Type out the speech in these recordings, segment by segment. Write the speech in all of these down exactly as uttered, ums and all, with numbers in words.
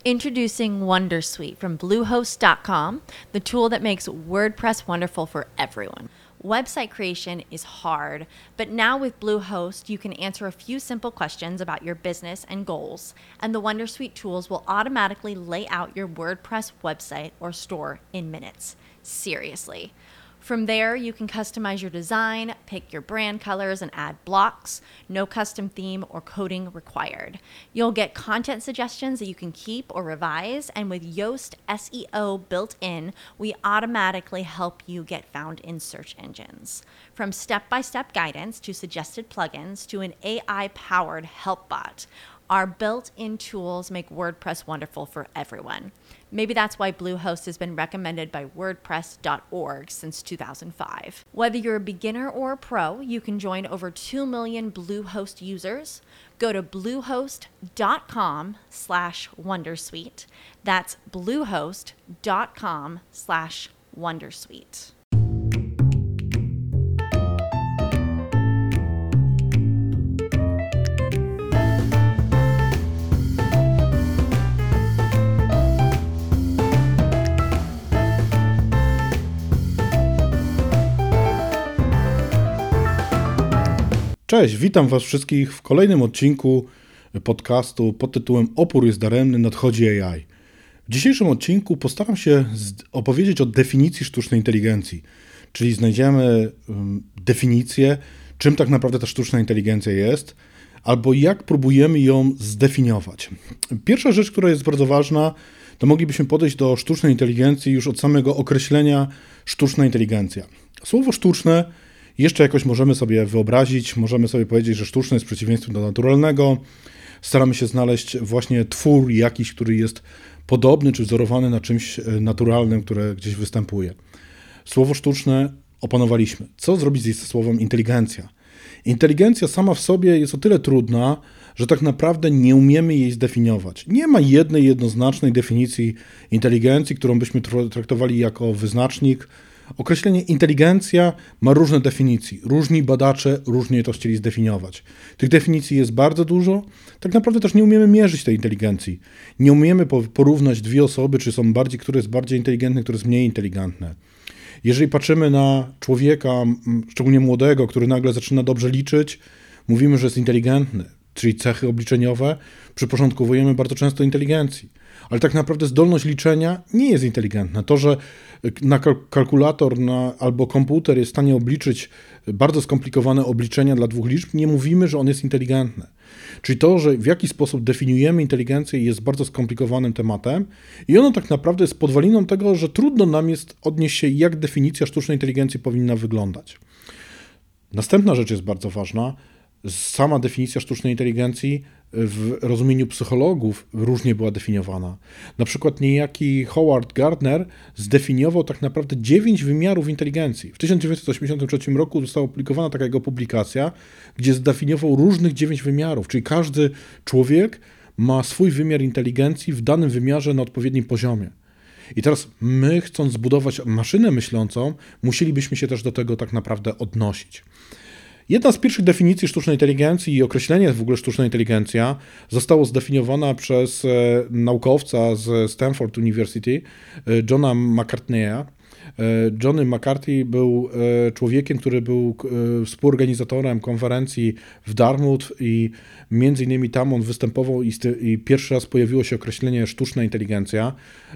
Introducing Wondersuite from Bluehost dot com, the tool that makes WordPress wonderful for everyone. Website creation is hard, but now with Bluehost, you can answer a few simple questions about your business and goals, and the Wondersuite tools will automatically lay out your WordPress website or store in minutes. Seriously. From there, you can customize your design, pick your brand colors, and add blocks. No custom theme or coding required. You'll get content suggestions that you can keep or revise, and with Yoast S E O built in, we automatically help you get found in search engines. From step-by-step guidance to suggested plugins to an A I-powered help bot, our built-in tools make WordPress wonderful for everyone. Maybe that's why Bluehost has been recommended by WordPress dot org since two thousand five. Whether you're a beginner or a pro, you can join over two million Bluehost users. Go to bluehost dot com slash wondersuite. That's bluehost dot com slash wondersuite. Cześć, witam Was wszystkich w kolejnym odcinku podcastu pod tytułem Opór jest daremny, nadchodzi A I. W dzisiejszym odcinku postaram się opowiedzieć o definicji sztucznej inteligencji, czyli znajdziemy definicję, czym tak naprawdę ta sztuczna inteligencja jest, albo jak próbujemy ją zdefiniować. Pierwsza rzecz, która jest bardzo ważna, to moglibyśmy podejść do sztucznej inteligencji już od samego określenia sztuczna inteligencja. Słowo sztuczne jeszcze jakoś możemy sobie wyobrazić, możemy sobie powiedzieć, że sztuczne jest przeciwieństwem do naturalnego. Staramy się znaleźć właśnie twór jakiś, który jest podobny czy wzorowany na czymś naturalnym, które gdzieś występuje. Słowo sztuczne opanowaliśmy. Co zrobić ze słowem inteligencja? Inteligencja sama w sobie jest o tyle trudna, że tak naprawdę nie umiemy jej zdefiniować. Nie ma jednej jednoznacznej definicji inteligencji, którą byśmy traktowali jako wyznacznik. Określenie inteligencja ma różne definicje. Różni badacze różnie to chcieli zdefiniować. Tych definicji jest bardzo dużo. Tak naprawdę też nie umiemy mierzyć tej inteligencji. Nie umiemy porównać dwie osoby, czy są bardziej, które jest bardziej inteligentne, które jest mniej inteligentne. Jeżeli patrzymy na człowieka, szczególnie młodego, który nagle zaczyna dobrze liczyć, mówimy, że jest inteligentny, czyli cechy obliczeniowe przyporządkowujemy bardzo często inteligencji. Ale tak naprawdę zdolność liczenia nie jest inteligentna. To, że na kalkulator na, albo komputer jest w stanie obliczyć bardzo skomplikowane obliczenia dla dwóch liczb, nie mówimy, że on jest inteligentny. Czyli to, że w jaki sposób definiujemy inteligencję, jest bardzo skomplikowanym tematem i ono tak naprawdę jest podwaliną tego, że trudno nam jest odnieść się, jak definicja sztucznej inteligencji powinna wyglądać. Następna rzecz jest bardzo ważna. Sama definicja sztucznej inteligencji w rozumieniu psychologów różnie była definiowana. Na przykład niejaki Howard Gardner zdefiniował tak naprawdę dziewięć wymiarów inteligencji. W tysiąc dziewięćset osiemdziesiątym trzecim roku została opublikowana taka jego publikacja, gdzie zdefiniował różnych dziewięć wymiarów, czyli każdy człowiek ma swój wymiar inteligencji w danym wymiarze na odpowiednim poziomie. I teraz my, chcąc zbudować maszynę myślącą, musielibyśmy się też do tego tak naprawdę odnosić. Jedna z pierwszych definicji sztucznej inteligencji i określenie w ogóle sztuczna inteligencja zostało zdefiniowana przez naukowca z Stanford University, Johna McCartneya. Johnny McCarthy był człowiekiem, który był współorganizatorem konferencji w Dartmouth i między innymi tam on występował i, i pierwszy raz pojawiło się określenie sztuczna inteligencja.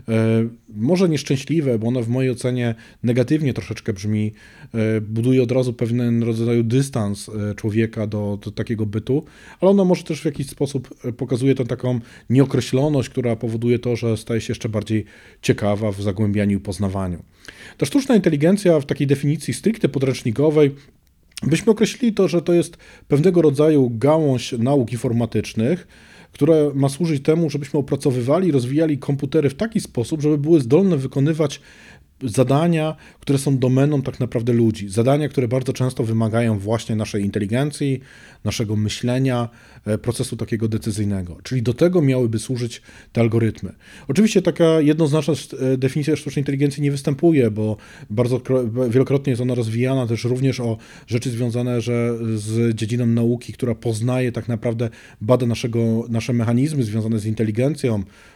Może nieszczęśliwe, bo ono w mojej ocenie negatywnie troszeczkę brzmi, buduje od razu pewien rodzaju dystans człowieka do, do takiego bytu, ale ono może też w jakiś sposób pokazuje tę taką nieokreśloność, która powoduje to, że staje się jeszcze bardziej ciekawa w zagłębianiu i poznawaniu. Ta sztuczna inteligencja w takiej definicji stricte podręcznikowej byśmy określili to, że to jest pewnego rodzaju gałąź nauk informatycznych, która ma służyć temu, żebyśmy opracowywali i rozwijali komputery w taki sposób, żeby były zdolne wykonywać zadania, które są domeną tak naprawdę ludzi. Zadania, które bardzo często wymagają właśnie naszej inteligencji, naszego myślenia, procesu takiego decyzyjnego. Czyli do tego miałyby służyć te algorytmy. Oczywiście taka jednoznaczna definicja sztucznej inteligencji nie występuje, bo bardzo wielokrotnie jest ona rozwijana też również o rzeczy związane że z dziedziną nauki, która poznaje tak naprawdę, bada naszego, nasze mechanizmy związane z inteligencją,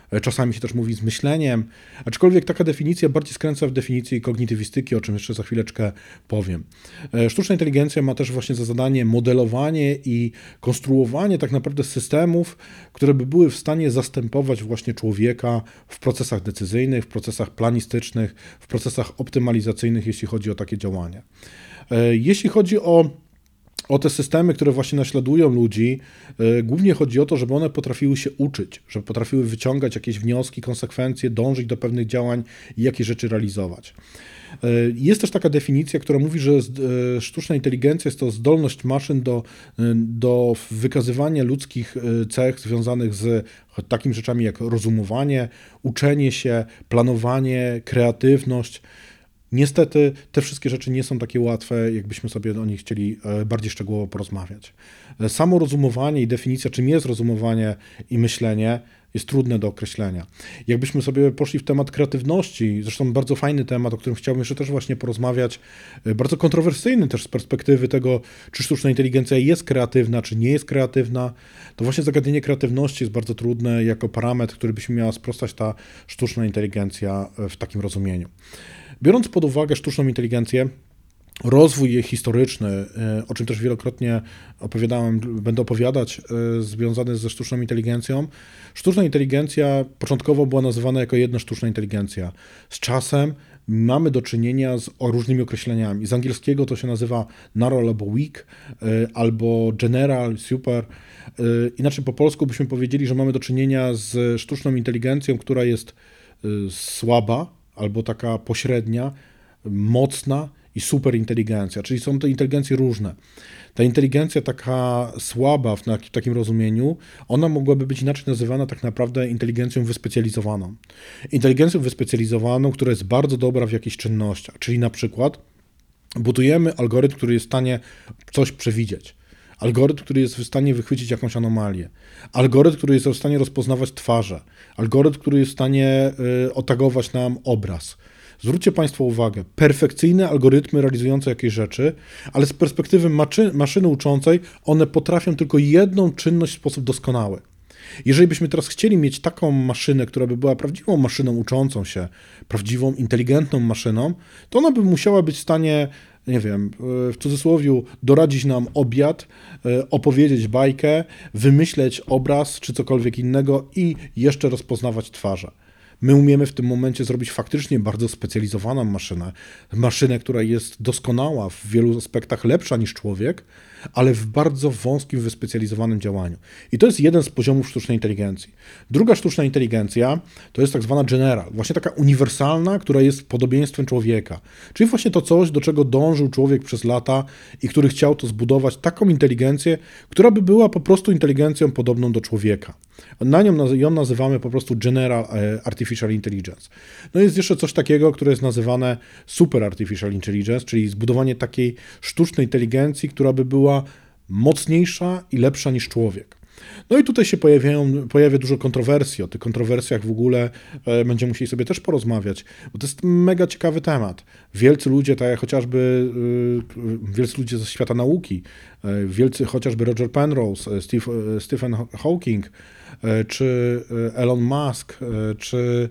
czasami się też mówi z myśleniem, aczkolwiek taka definicja bardziej skręca w definicji kognitywistyki, o czym jeszcze za chwileczkę powiem. Sztuczna inteligencja ma też właśnie za zadanie modelowanie i konstruowanie tak naprawdę systemów, które by były w stanie zastępować właśnie człowieka w procesach decyzyjnych, w procesach planistycznych, w procesach optymalizacyjnych, jeśli chodzi o takie działania. Jeśli chodzi o O te systemy, które właśnie naśladują ludzi, głównie chodzi o to, żeby one potrafiły się uczyć, żeby potrafiły wyciągać jakieś wnioski, konsekwencje, dążyć do pewnych działań i jakieś rzeczy realizować. Jest też taka definicja, która mówi, że sztuczna inteligencja jest to zdolność maszyn do, do wykazywania ludzkich cech związanych z takimi rzeczami jak rozumowanie, uczenie się, planowanie, kreatywność. Niestety te wszystkie rzeczy nie są takie łatwe, jakbyśmy sobie o nich chcieli bardziej szczegółowo porozmawiać. Samo rozumowanie i definicja, czym jest rozumowanie i myślenie, jest trudne do określenia. Jakbyśmy sobie poszli w temat kreatywności, zresztą bardzo fajny temat, o którym chciałbym jeszcze też właśnie porozmawiać, bardzo kontrowersyjny też z perspektywy tego, czy sztuczna inteligencja jest kreatywna, czy nie jest kreatywna, to właśnie zagadnienie kreatywności jest bardzo trudne jako parametr, który byśmy miała sprostać ta sztuczna inteligencja w takim rozumieniu. Biorąc pod uwagę sztuczną inteligencję, rozwój jej historyczny, o czym też wielokrotnie opowiadałem, będę opowiadać, związany ze sztuczną inteligencją. Sztuczna inteligencja początkowo była nazywana jako jedna sztuczna inteligencja. Z czasem mamy do czynienia z różnymi określeniami. Z angielskiego to się nazywa narrow albo weak, albo general, super. Inaczej po polsku byśmy powiedzieli, że mamy do czynienia z sztuczną inteligencją, która jest słaba, albo taka pośrednia, mocna i superinteligencja, czyli są te inteligencje różne. Ta inteligencja taka słaba w, w takim rozumieniu, ona mogłaby być inaczej nazywana tak naprawdę inteligencją wyspecjalizowaną. Inteligencją wyspecjalizowaną, która jest bardzo dobra w jakichś czynnościach, czyli na przykład budujemy algorytm, który jest w stanie coś przewidzieć. Algorytm, który jest w stanie wychwycić jakąś anomalię. Algorytm, który jest w stanie rozpoznawać twarze. Algorytm, który jest w stanie y, otagować nam obraz. Zwróćcie Państwo uwagę, perfekcyjne algorytmy realizujące jakieś rzeczy, ale z perspektywy maczy, maszyny uczącej one potrafią tylko jedną czynność w sposób doskonały. Jeżeli byśmy teraz chcieli mieć taką maszynę, która by była prawdziwą maszyną uczącą się, prawdziwą, inteligentną maszyną, to ona by musiała być w stanie, nie wiem, w cudzysłowie doradzić nam obiad, opowiedzieć bajkę, wymyśleć obraz czy cokolwiek innego i jeszcze rozpoznawać twarze. My umiemy w tym momencie zrobić faktycznie bardzo specjalizowaną maszynę, maszynę, która jest doskonała, w wielu aspektach lepsza niż człowiek, ale w bardzo wąskim, wyspecjalizowanym działaniu. I to jest jeden z poziomów sztucznej inteligencji. Druga sztuczna inteligencja to jest tak zwana general, właśnie taka uniwersalna, która jest podobieństwem człowieka. Czyli właśnie to coś, do czego dążył człowiek przez lata i który chciał to zbudować taką inteligencję, która by była po prostu inteligencją podobną do człowieka. Na nią ją nazywamy po prostu General Artificial Intelligence. No jest jeszcze coś takiego, które jest nazywane Super Artificial Intelligence, czyli zbudowanie takiej sztucznej inteligencji, która by była mocniejsza i lepsza niż człowiek. No i tutaj się pojawiają, pojawia dużo kontrowersji. O tych kontrowersjach w ogóle e, będziemy musieli sobie też porozmawiać, bo to jest mega ciekawy temat. Wielcy ludzie, tak jak chociażby e, wielcy ludzie ze świata nauki, e, wielcy chociażby Roger Penrose, Steve, e, Stephen Hawking, e, czy Elon Musk, e, czy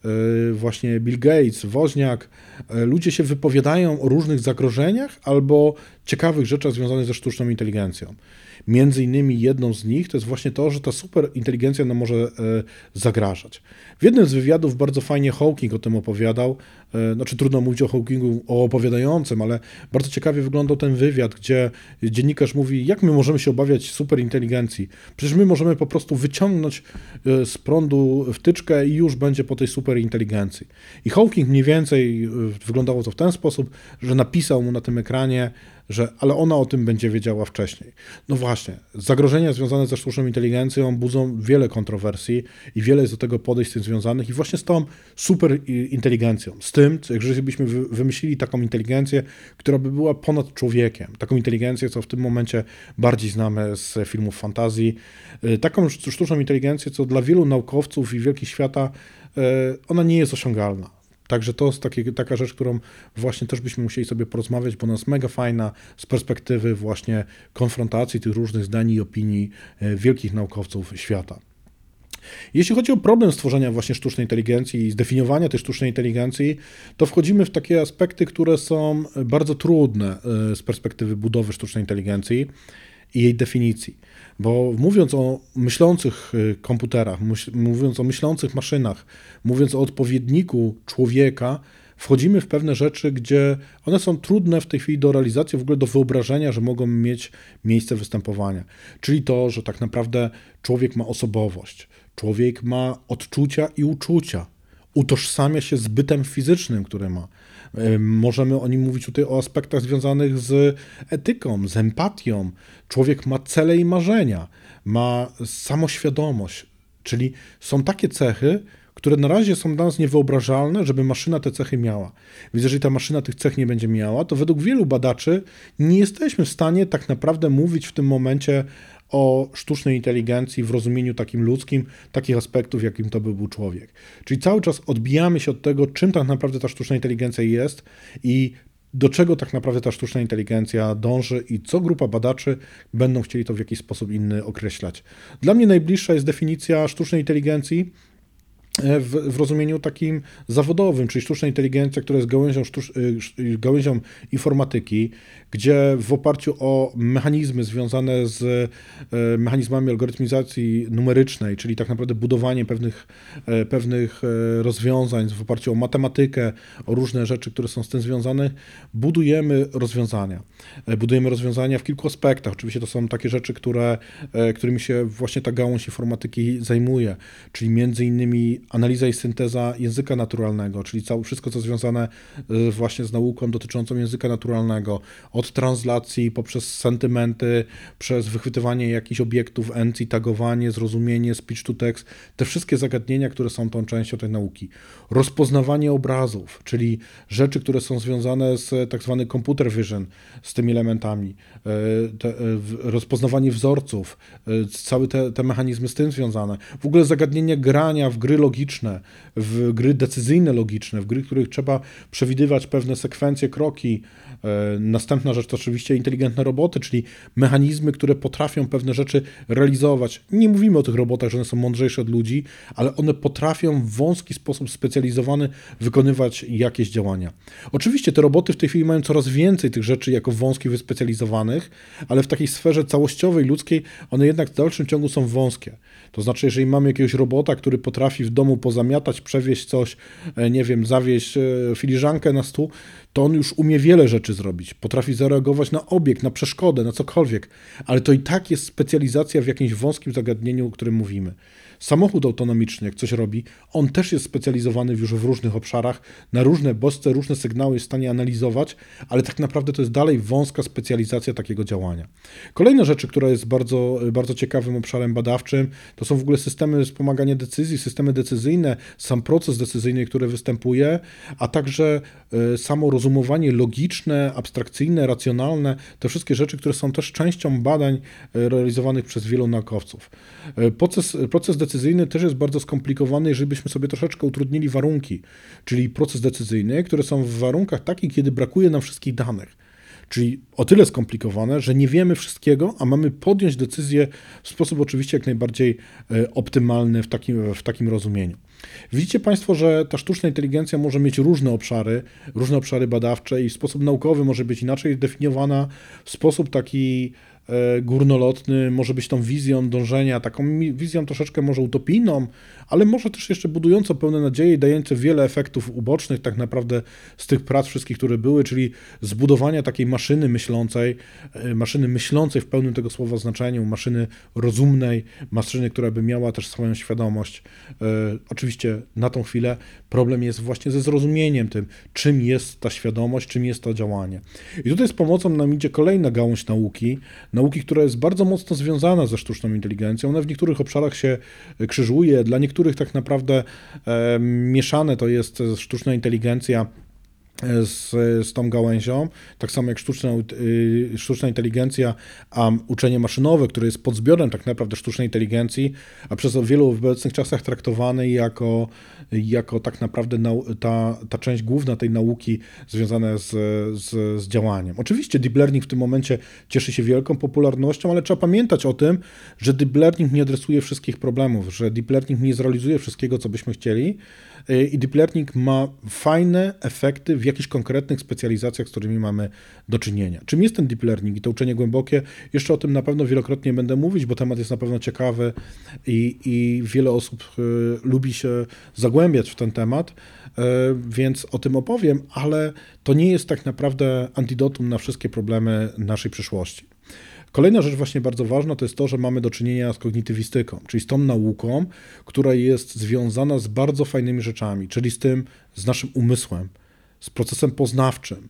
e, właśnie Bill Gates, Woźniak, e, ludzie się wypowiadają o różnych zagrożeniach albo ciekawych rzeczach związanych ze sztuczną inteligencją. Między innymi jedną z nich to jest właśnie to, że ta superinteligencja nam może e, zagrażać. W jednym z wywiadów bardzo fajnie Hawking o tym opowiadał, e, znaczy trudno mówić o Hawkingu, o opowiadającym, ale bardzo ciekawie wyglądał ten wywiad, gdzie dziennikarz mówi, jak my możemy się obawiać superinteligencji. Przecież my możemy po prostu wyciągnąć e, z prądu wtyczkę i już będzie po tej superinteligencji. I Hawking mniej więcej e, wyglądało to w ten sposób, że napisał mu na tym ekranie, że ale ona o tym będzie wiedziała wcześniej. No właśnie, zagrożenia związane ze sztuczną inteligencją budzą wiele kontrowersji i wiele jest do tego podejść z tym związanych i właśnie z tą superinteligencją, z tym, jeżeli byśmy wymyślili taką inteligencję, która by była ponad człowiekiem, taką inteligencję, co w tym momencie bardziej znamy z filmów fantazji, taką sztuczną inteligencję, co dla wielu naukowców i wielkich świata ona nie jest osiągalna. Także to jest takie, taka rzecz, którą właśnie też byśmy musieli sobie porozmawiać, bo ona jest mega fajna z perspektywy właśnie konfrontacji tych różnych zdań i opinii wielkich naukowców świata. Jeśli chodzi o problem stworzenia właśnie sztucznej inteligencji i zdefiniowania tej sztucznej inteligencji, to wchodzimy w takie aspekty, które są bardzo trudne z perspektywy budowy sztucznej inteligencji i jej definicji. Bo mówiąc o myślących komputerach, mówiąc o myślących maszynach, mówiąc o odpowiedniku człowieka, wchodzimy w pewne rzeczy, gdzie one są trudne w tej chwili do realizacji, w ogóle do wyobrażenia, że mogą mieć miejsce występowania. Czyli to, że tak naprawdę człowiek ma osobowość, człowiek ma odczucia i uczucia, utożsamia się z bytem fizycznym, który ma. Możemy o nim mówić tutaj o aspektach związanych z etyką, z empatią. Człowiek ma cele i marzenia, ma samoświadomość, czyli są takie cechy, które na razie są dla nas niewyobrażalne, żeby maszyna te cechy miała. Więc jeżeli ta maszyna tych cech nie będzie miała, to według wielu badaczy nie jesteśmy w stanie tak naprawdę mówić w tym momencie o sztucznej inteligencji w rozumieniu takim ludzkim, takich aspektów, jakim to by był człowiek. Czyli cały czas odbijamy się od tego, czym tak naprawdę ta sztuczna inteligencja jest i do czego tak naprawdę ta sztuczna inteligencja dąży i co grupa badaczy będą chcieli to w jakiś sposób inny określać. Dla mnie najbliższa jest definicja sztucznej inteligencji W, w rozumieniu takim zawodowym, czyli sztuczna inteligencja, która jest gałęzią, sztucz, gałęzią informatyki, gdzie w oparciu o mechanizmy związane z mechanizmami algorytmizacji numerycznej, czyli tak naprawdę budowanie pewnych, pewnych rozwiązań w oparciu o matematykę, o różne rzeczy, które są z tym związane, budujemy rozwiązania. Budujemy rozwiązania w kilku aspektach. Oczywiście to są takie rzeczy, które, którymi się właśnie ta gałąź informatyki zajmuje, czyli między innymi analiza i synteza języka naturalnego, czyli całe wszystko, co związane właśnie z nauką dotyczącą języka naturalnego, od translacji poprzez sentymenty, przez wychwytywanie jakichś obiektów, encji, tagowanie, zrozumienie, speech to text, te wszystkie zagadnienia, które są tą częścią tej nauki. Rozpoznawanie obrazów, czyli rzeczy, które są związane z tak zwany computer vision, z tymi elementami, te, rozpoznawanie wzorców, całe te, te mechanizmy z tym związane. W ogóle zagadnienie grania w gry logiczne, w gry decyzyjne logiczne, w gry, w których trzeba przewidywać pewne sekwencje, kroki. Następna rzecz to oczywiście inteligentne roboty, czyli mechanizmy, które potrafią pewne rzeczy realizować. Nie mówimy o tych robotach, że one są mądrzejsze od ludzi, ale one potrafią w wąski sposób specjalizowany wykonywać jakieś działania. Oczywiście te roboty w tej chwili mają coraz więcej tych rzeczy jako wąskich, wyspecjalizowanych, ale w takiej sferze całościowej, ludzkiej, one jednak w dalszym ciągu są wąskie. To znaczy, jeżeli mamy jakiegoś robota, który potrafi w domu pozamiatać, przewieźć coś, nie wiem, zawieźć filiżankę na stół, to on już umie wiele rzeczy zrobić. Potrafi zareagować na obiekt, na przeszkodę, na cokolwiek, ale to i tak jest specjalizacja w jakimś wąskim zagadnieniu, o którym mówimy. Samochód autonomiczny, jak coś robi, on też jest specjalizowany już w różnych obszarach, na różne bodźce, różne sygnały jest w stanie analizować, ale tak naprawdę to jest dalej wąska specjalizacja takiego działania. Kolejna rzecz, która jest bardzo, bardzo ciekawym obszarem badawczym, to są w ogóle systemy wspomagania decyzji, systemy decyzyjne, sam proces decyzyjny, który występuje, a także samo rozumowanie logiczne, abstrakcyjne, racjonalne, te wszystkie rzeczy, które są też częścią badań realizowanych przez wielu naukowców. Proces, proces decyzyjny też jest bardzo skomplikowany, jeżeli byśmy sobie troszeczkę utrudnili warunki, czyli proces decyzyjny, które są w warunkach takich, kiedy brakuje nam wszystkich danych. Czyli o tyle skomplikowane, że nie wiemy wszystkiego, a mamy podjąć decyzję w sposób oczywiście jak najbardziej optymalny w takim, w takim rozumieniu. Widzicie Państwo, że ta sztuczna inteligencja może mieć różne obszary, różne obszary badawcze i w sposób naukowy może być inaczej definiowana, w sposób taki górnolotny, może być tą wizją dążenia, taką wizją troszeczkę może utopijną, ale może też jeszcze budującą pełne nadzieje i dające wiele efektów ubocznych tak naprawdę z tych prac wszystkich, które były, czyli zbudowania takiej maszyny myślącej, maszyny myślącej w pełnym tego słowa znaczeniu, maszyny rozumnej, maszyny, która by miała też swoją świadomość. Oczywiście na tą chwilę problem jest właśnie ze zrozumieniem tym, czym jest ta świadomość, czym jest to działanie. I tutaj z pomocą nam idzie kolejna gałąź nauki, nauki, która jest bardzo mocno związana ze sztuczną inteligencją. Ona w niektórych obszarach się krzyżuje, dla niektórych tak naprawdę e, mieszane to jest sztuczna inteligencja z, z tą gałęzią, tak samo jak sztuczna, sztuczna inteligencja, a uczenie maszynowe, które jest podzbiorem tak naprawdę sztucznej inteligencji, a przez wielu w obecnych czasach traktowany jako, jako tak naprawdę nau, ta, ta część główna tej nauki związana z, z, z działaniem. Oczywiście deep learning w tym momencie cieszy się wielką popularnością, ale trzeba pamiętać o tym, że deep learning nie adresuje wszystkich problemów, że deep learning nie zrealizuje wszystkiego, co byśmy chcieli, i deep learning ma fajne efekty w jakichś konkretnych specjalizacjach, z którymi mamy do czynienia. Czym jest ten deep learning i to uczenie głębokie? Jeszcze o tym na pewno wielokrotnie będę mówić, bo temat jest na pewno ciekawy i, i wiele osób y, lubi się zagłębiać w ten temat, y, więc o tym opowiem, ale to nie jest tak naprawdę antidotum na wszystkie problemy naszej przyszłości. Kolejna rzecz właśnie bardzo ważna to jest to, że mamy do czynienia z kognitywistyką, czyli z tą nauką, która jest związana z bardzo fajnymi rzeczami, czyli z tym, z naszym umysłem, z procesem poznawczym,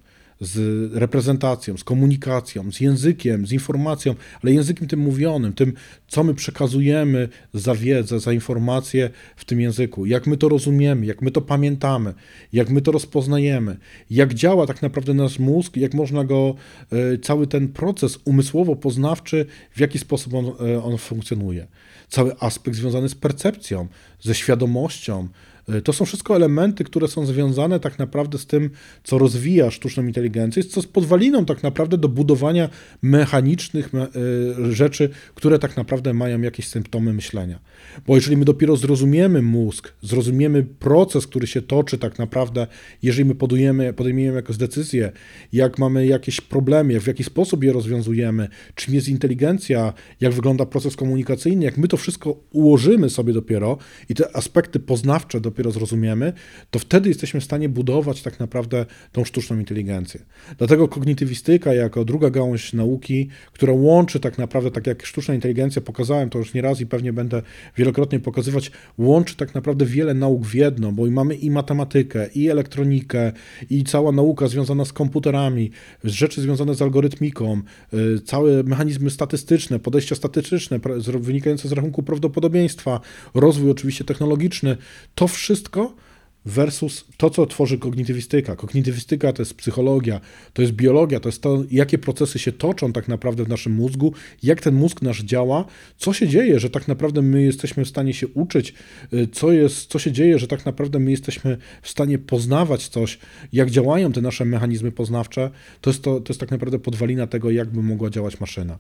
z reprezentacją, z komunikacją, z językiem, z informacją, ale językiem tym mówionym, tym, co my przekazujemy za wiedzę, za informacje w tym języku, jak my to rozumiemy, jak my to pamiętamy, jak my to rozpoznajemy, jak działa tak naprawdę nasz mózg, jak można go, cały ten proces umysłowo-poznawczy, w jaki sposób on, on funkcjonuje. Cały aspekt związany z percepcją, ze świadomością. To są wszystko elementy, które są związane tak naprawdę z tym, co rozwija sztuczną inteligencję, co jest podwaliną tak naprawdę do budowania mechanicznych rzeczy, które tak naprawdę mają jakieś symptomy myślenia. Bo jeżeli my dopiero zrozumiemy mózg, zrozumiemy proces, który się toczy tak naprawdę, jeżeli my podejmujemy, podejmujemy jakąś decyzję, jak mamy jakieś problemy, w jaki sposób je rozwiązujemy, czym jest inteligencja, jak wygląda proces komunikacyjny, jak my to wszystko ułożymy sobie dopiero i te aspekty poznawcze dopiero zrozumiemy, to wtedy jesteśmy w stanie budować tak naprawdę tą sztuczną inteligencję. Dlatego kognitywistyka jako druga gałąź nauki, która łączy tak naprawdę, tak jak sztuczna inteligencja, pokazałem to już nieraz i pewnie będę wielokrotnie pokazywać, łączy tak naprawdę wiele nauk w jedno, bo mamy i matematykę, i elektronikę, i cała nauka związana z komputerami, rzeczy związane z algorytmiką, całe mechanizmy statystyczne, podejścia statystyczne wynikające z rachunku prawdopodobieństwa, rozwój oczywiście technologiczny, to wszystko versus to, co tworzy kognitywistyka. Kognitywistyka to jest psychologia, to jest biologia, to jest to, jakie procesy się toczą tak naprawdę w naszym mózgu, jak ten mózg nasz działa, co się dzieje, że tak naprawdę my jesteśmy w stanie się uczyć, co jest, co się dzieje, że tak naprawdę my jesteśmy w stanie poznawać coś, jak działają te nasze mechanizmy poznawcze, to jest, to, to jest tak naprawdę podwalina tego, jak by mogła działać maszyna.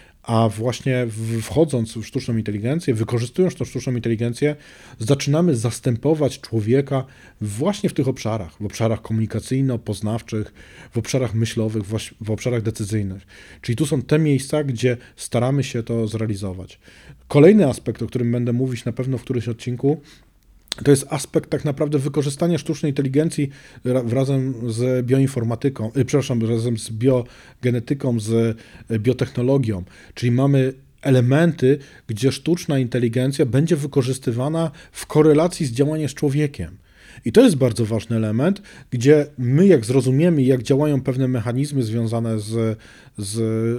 A właśnie wchodząc w sztuczną inteligencję, wykorzystując tą sztuczną inteligencję, zaczynamy zastępować człowieka właśnie w tych obszarach, w obszarach komunikacyjno-poznawczych, w obszarach myślowych, w obszarach decyzyjnych. Czyli tu są te miejsca, gdzie staramy się to zrealizować. Kolejny aspekt, o którym będę mówić na pewno w którymś odcinku, to jest aspekt tak naprawdę wykorzystania sztucznej inteligencji razem z bioinformatyką, przepraszam, razem z biogenetyką, z biotechnologią. Czyli mamy elementy, gdzie sztuczna inteligencja będzie wykorzystywana w korelacji z działaniem z człowiekiem. I to jest bardzo ważny element, gdzie my jak zrozumiemy, jak działają pewne mechanizmy związane z, z,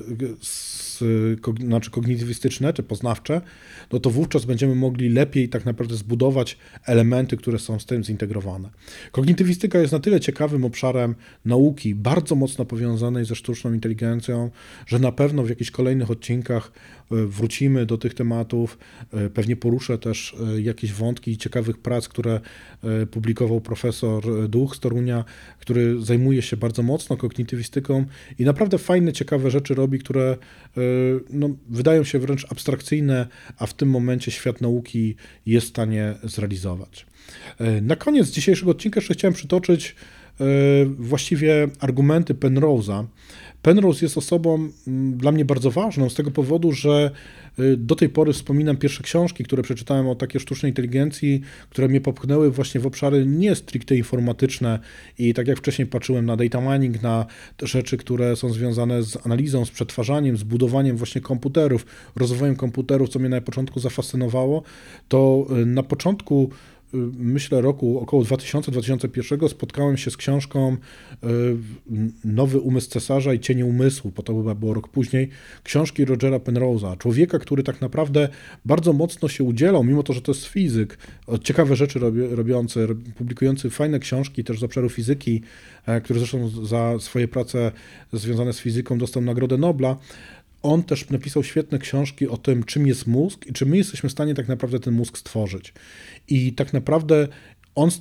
z znaczy kognitywistyczne czy poznawcze, no to wówczas będziemy mogli lepiej tak naprawdę zbudować elementy, które są z tym zintegrowane. Kognitywistyka jest na tyle ciekawym obszarem nauki, bardzo mocno powiązanej ze sztuczną inteligencją, że na pewno w jakichś kolejnych odcinkach wrócimy do tych tematów. Pewnie poruszę też jakieś wątki ciekawych prac, które publikował profesor Duch z Torunia, który zajmuje się bardzo mocno kognitywistyką i naprawdę fajne, ciekawe rzeczy robi, które no, wydają się wręcz abstrakcyjne, a w tym momencie świat nauki jest w stanie zrealizować. Na koniec dzisiejszego odcinka jeszcze chciałem przytoczyć właściwie argumenty Penrose'a. Penrose jest osobą dla mnie bardzo ważną z tego powodu, że do tej pory wspominam pierwsze książki, które przeczytałem o takiej sztucznej inteligencji, które mnie popchnęły właśnie w obszary nie stricte informatyczne i tak jak wcześniej patrzyłem na data mining, na te rzeczy, które są związane z analizą, z przetwarzaniem, z budowaniem właśnie komputerów, rozwojem komputerów, co mnie na początku zafascynowało, to na początku myślę, roku około dwa tysiące do dwa tysiące pierwszego spotkałem się z książką Nowy umysł cesarza i Cienie umysłu, bo to chyba było rok później, książki Rogera Penrose'a, człowieka, który tak naprawdę bardzo mocno się udzielał, mimo to, że to jest fizyk, ciekawe rzeczy robi, robiący, publikujący fajne książki też z obszaru fizyki, który zresztą za swoje prace związane z fizyką dostał Nagrodę Nobla. On też napisał świetne książki o tym, czym jest mózg i czy my jesteśmy w stanie tak naprawdę ten mózg stworzyć. I tak naprawdę on,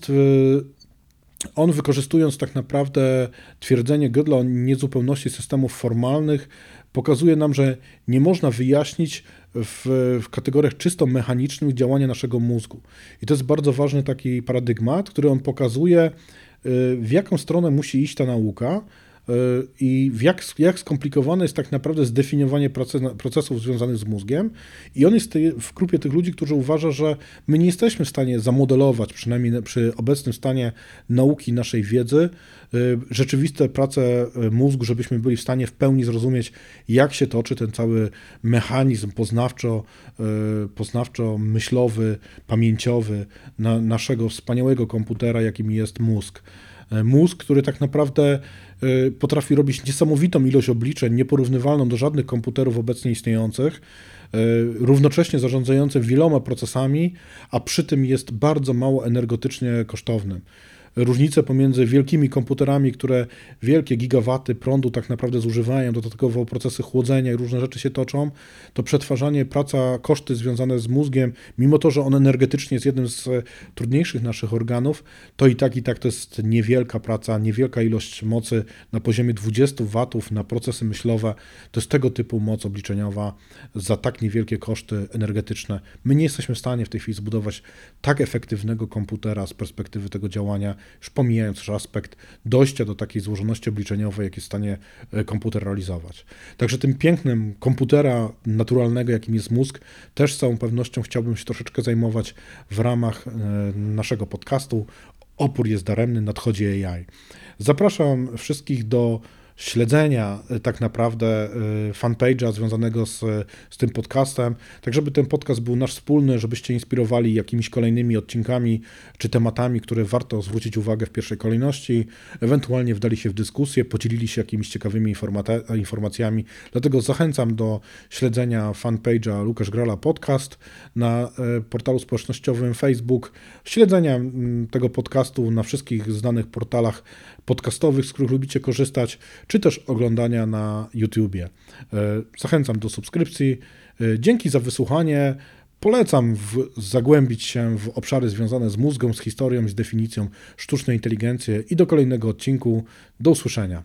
on wykorzystując tak naprawdę twierdzenie Gödela o niezupełności systemów formalnych, pokazuje nam, że nie można wyjaśnić w, w kategoriach czysto mechanicznych działania naszego mózgu. I to jest bardzo ważny taki paradygmat, który on pokazuje, w jaką stronę musi iść ta nauka, i jak, jak skomplikowane jest tak naprawdę zdefiniowanie proces, procesów związanych z mózgiem. I on jest w grupie tych ludzi, którzy uważa, że my nie jesteśmy w stanie zamodelować, przynajmniej przy obecnym stanie nauki naszej wiedzy, rzeczywiste prace mózgu, żebyśmy byli w stanie w pełni zrozumieć, jak się toczy ten cały mechanizm poznawczo, poznawczo-myślowy, pamięciowy na naszego wspaniałego komputera, jakim jest mózg. Mózg, który tak naprawdę potrafi robić niesamowitą ilość obliczeń, nieporównywalną do żadnych komputerów obecnie istniejących, równocześnie zarządzającym wieloma procesami, a przy tym jest bardzo mało energetycznie kosztownym. Różnice pomiędzy wielkimi komputerami, które wielkie gigawaty prądu tak naprawdę zużywają, dodatkowo procesy chłodzenia i różne rzeczy się toczą, to przetwarzanie, praca, koszty związane z mózgiem, mimo to, że on energetycznie jest jednym z trudniejszych naszych organów, to i tak i tak to jest niewielka praca, niewielka ilość mocy na poziomie dwudziestu watów na procesy myślowe. To jest tego typu moc obliczeniowa za tak niewielkie koszty energetyczne. My nie jesteśmy w stanie w tej chwili zbudować tak efektywnego komputera z perspektywy tego działania, już pomijając już aspekt dojścia do takiej złożoności obliczeniowej, jak jest w stanie komputer realizować. Także tym pięknem komputera naturalnego, jakim jest mózg, też z całą pewnością chciałbym się troszeczkę zajmować w ramach naszego podcastu Opór jest daremny, nadchodzi A I. Zapraszam wszystkich do śledzenia tak naprawdę fanpage'a związanego z, z tym podcastem, tak żeby ten podcast był nasz wspólny, żebyście inspirowali jakimiś kolejnymi odcinkami czy tematami, które warto zwrócić uwagę w pierwszej kolejności, ewentualnie wdali się w dyskusję, podzielili się jakimiś ciekawymi informata- informacjami. Dlatego zachęcam do śledzenia fanpage'a Łukasz Grala Podcast na portalu społecznościowym Facebook, śledzenia tego podcastu na wszystkich znanych portalach podcastowych, z których lubicie korzystać, czy też oglądania na YouTubie. Zachęcam do subskrypcji. Dzięki za wysłuchanie. Polecam w, zagłębić się w obszary związane z mózgiem, z historią i z definicją sztucznej inteligencji i do kolejnego odcinku. Do usłyszenia.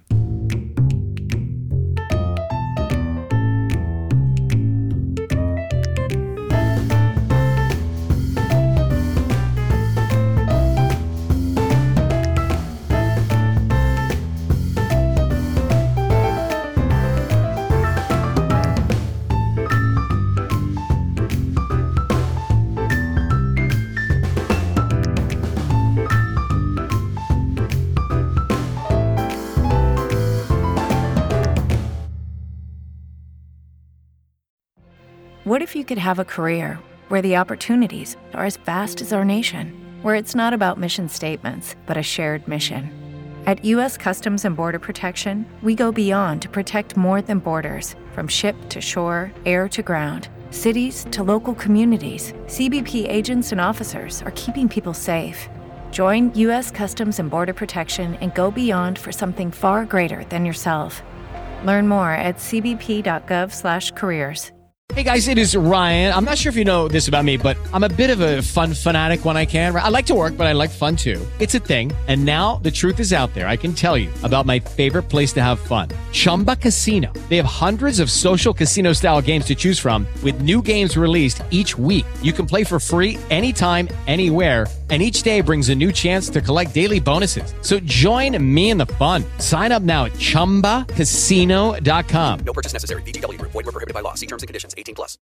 What if you could have a career where the opportunities are as vast as our nation, where it's not about mission statements, but a shared mission? At U S Customs and Border Protection, we go beyond to protect more than borders, from ship to shore, air to ground, cities to local communities. C B P agents and officers are keeping people safe. Join U S Customs and Border Protection and go beyond for something far greater than yourself. Learn more at c b p dot gov slash careers. Hey guys, it is Ryan. I'm not sure if you know this about me, but I'm a bit of a fun fanatic when I can. I like to work, but I like fun too. It's a thing. And now the truth is out there. I can tell you about my favorite place to have fun. Chumba Casino. They have hundreds of social casino style games to choose from with new games released each week. You can play for free anytime, anywhere. And each day brings a new chance to collect daily bonuses. So join me in the fun. Sign up now at chumba casino dot com. No purchase necessary. V G W Group. Void where prohibited by law. See terms and conditions. eighteen plus.